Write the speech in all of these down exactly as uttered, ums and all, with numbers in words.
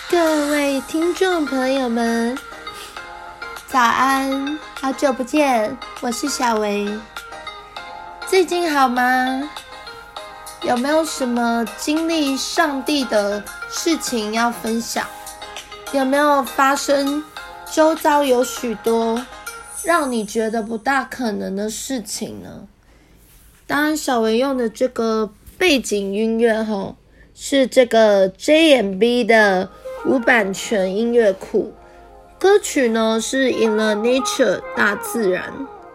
各位听众朋友们，早安，好久不见，我是小维。最近好吗？有没有什么经历上帝的事情要分享？有没有发生周遭有许多让你觉得不大可能的事情呢？当然，小维用的这个背景音乐吼，是这个 J M B 的无版权音乐库，歌曲呢是 In the Nature 大自然。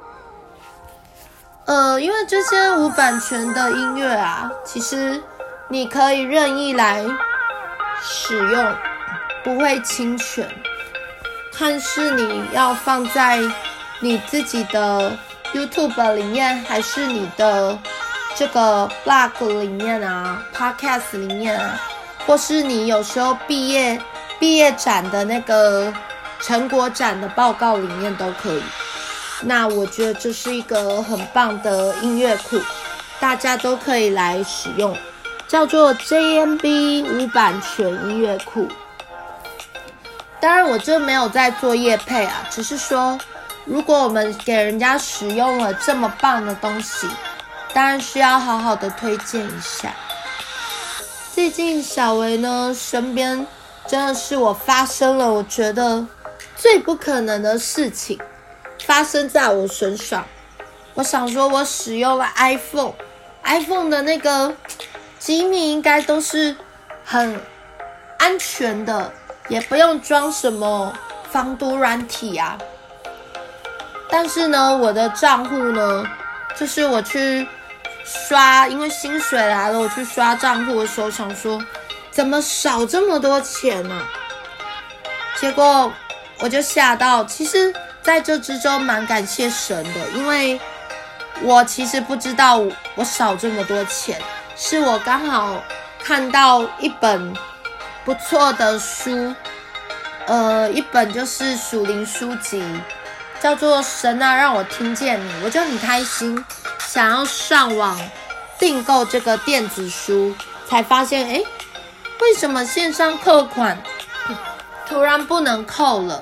呃，因为这些无版权的音乐啊，其实你可以任意来使用，不会侵权，看是你要放在你自己的 YouTube 里面，还是你的这个 blog 里面啊 podcast 里面啊，或是你有时候毕业毕业展的那个成果展的报告里面都可以。那我觉得这是一个很棒的音乐库，大家都可以来使用，叫做 J M B 无版权音乐库。当然我这没有在做业配啊，只是说如果我们给人家使用了这么棒的东西，当然需要好好的推荐一下。最近小维呢身边真的是我发生了我觉得最不可能的事情发生在我身上。我想说我使用了 iPhone iPhone 的那个机密应该都是很安全的，也不用装什么防毒软体啊。但是呢我的账户呢，就是我去刷，因为薪水来了，我去刷账户的时候想说怎么少这么多钱啊，结果我就吓到。其实在这之中蛮感谢神的，因为我其实不知道我少这么多钱，是我刚好看到一本不错的书，呃，一本就是属灵书籍，叫做神啊让我听见你，我就很开心，想要上网订购这个电子书，才发现诶，为什么线上扣款突然不能扣了？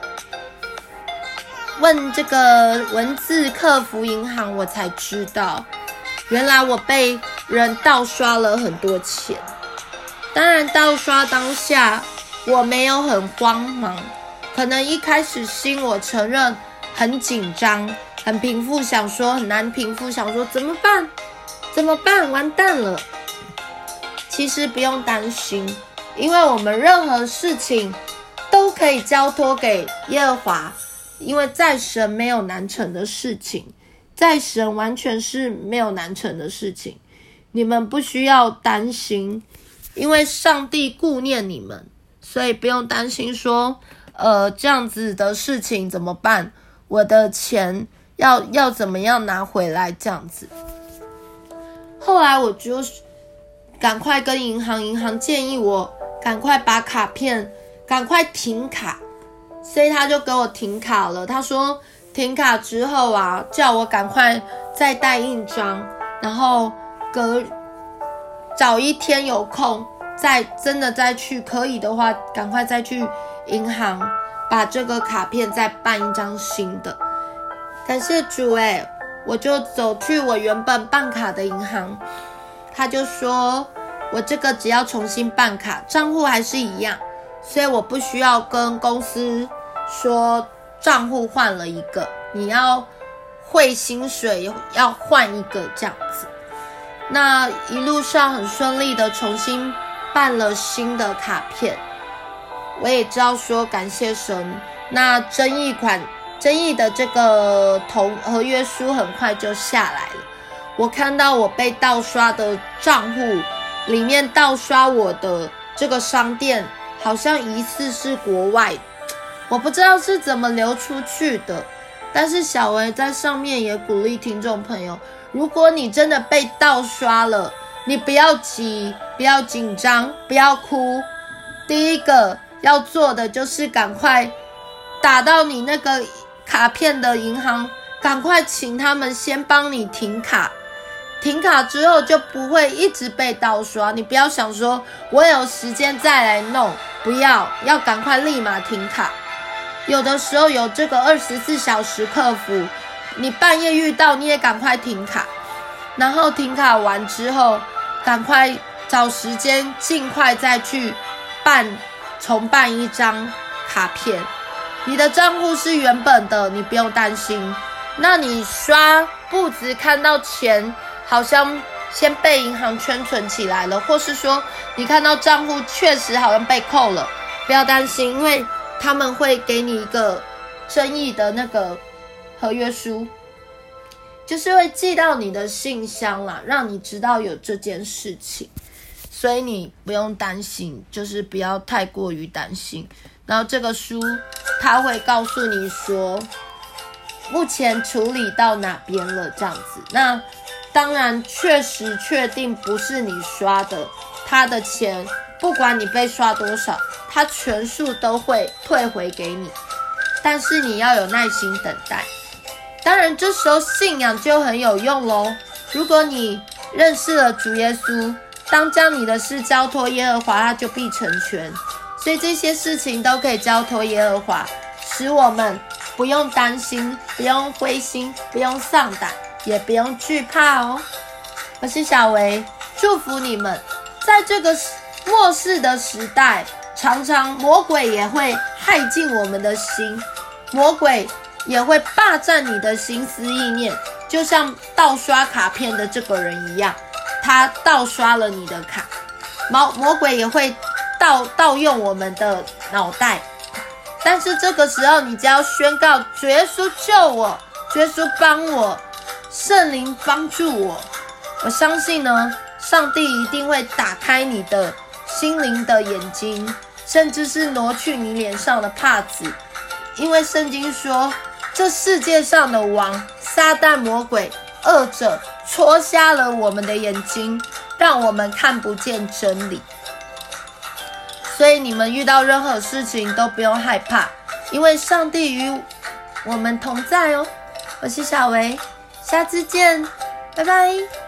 问这个文字客服银行，我才知道原来我被人盗刷了很多钱。当然盗刷当下我没有很慌忙，可能一开始心我承认很紧张，很平复，想说很难平复，想说怎么办怎么办完蛋了。其实不用担心，因为我们任何事情都可以交托给耶和华，因为在神没有难成的事情，在神完全是没有难成的事情，你们不需要担心，因为上帝顾念你们，所以不用担心说呃，这样子的事情怎么办，我的钱要要怎么样拿回来这样子。后来我就赶快跟银行，银行建议我赶快把卡片赶快停卡，所以他就给我停卡了。他说停卡之后啊，叫我赶快再带印章，然后隔找一天有空再真的再去，可以的话赶快再去银行把这个卡片再办一张新的。感谢主耶，我就走去我原本办卡的银行，他就说我这个只要重新办卡，账户还是一样，所以我不需要跟公司说账户换了一个，你要汇薪水要换一个这样子。那一路上很顺利的重新办了新的卡片，我也知道说感谢神，那争议款争议的这个投合约书很快就下来了。我看到我被盗刷的账户里面盗刷我的这个商店好像疑似是国外，我不知道是怎么流出去的，但是小维在上面也鼓励听众朋友，如果你真的被盗刷了，你不要急，不要紧张，不要哭，第一个要做的就是赶快打到你那个卡片的银行，赶快请他们先帮你停卡， 停卡之后就不会一直被盗刷。你不要想说我有时间再来弄，不要，要赶快立马停卡。有的时候有这个二十四小时客服，你半夜遇到你也赶快停卡，然后停卡完之后赶快找时间尽快再去办重办一张卡片。你的账户是原本的，你不用担心。那你刷步子看到钱好像先被银行圈存起来了，或是说你看到账户确实好像被扣了，不要担心，因为他们会给你一个争议的那个合约书，就是会寄到你的信箱啦，让你知道有这件事情，所以你不用担心，就是不要太过于担心。然后这个书他会告诉你说目前处理到哪边了这样子。那当然确实确定不是你刷的，他的钱不管你被刷多少，他全数都会退回给你，但是你要有耐心等待。当然这时候信仰就很有用咯。如果你认识了主耶稣，当将你的事交托耶和华，他就必成全。所以这些事情都可以交托耶和华，使我们不用担心，不用灰心，不用丧胆，也不用惧怕哦。我是小维，祝福你们在这个末世的时代，常常魔鬼也会害进我们的心，魔鬼也会霸占你的心思意念，就像盗刷卡片的这个人一样，他盗刷了你的卡。魔魔鬼也会盗盗用我们的脑袋，但是这个时候你只要宣告主耶稣救我，主耶稣帮我，圣灵帮助我，我相信呢，上帝一定会打开你的心灵的眼睛，甚至是挪去你脸上的帕子。因为圣经说，这世界上的王撒旦魔鬼恶者戳瞎了我们的眼睛，让我们看不见真理。所以你们遇到任何事情都不用害怕，因为上帝与我们同在哦。我是小维，下次见，拜拜。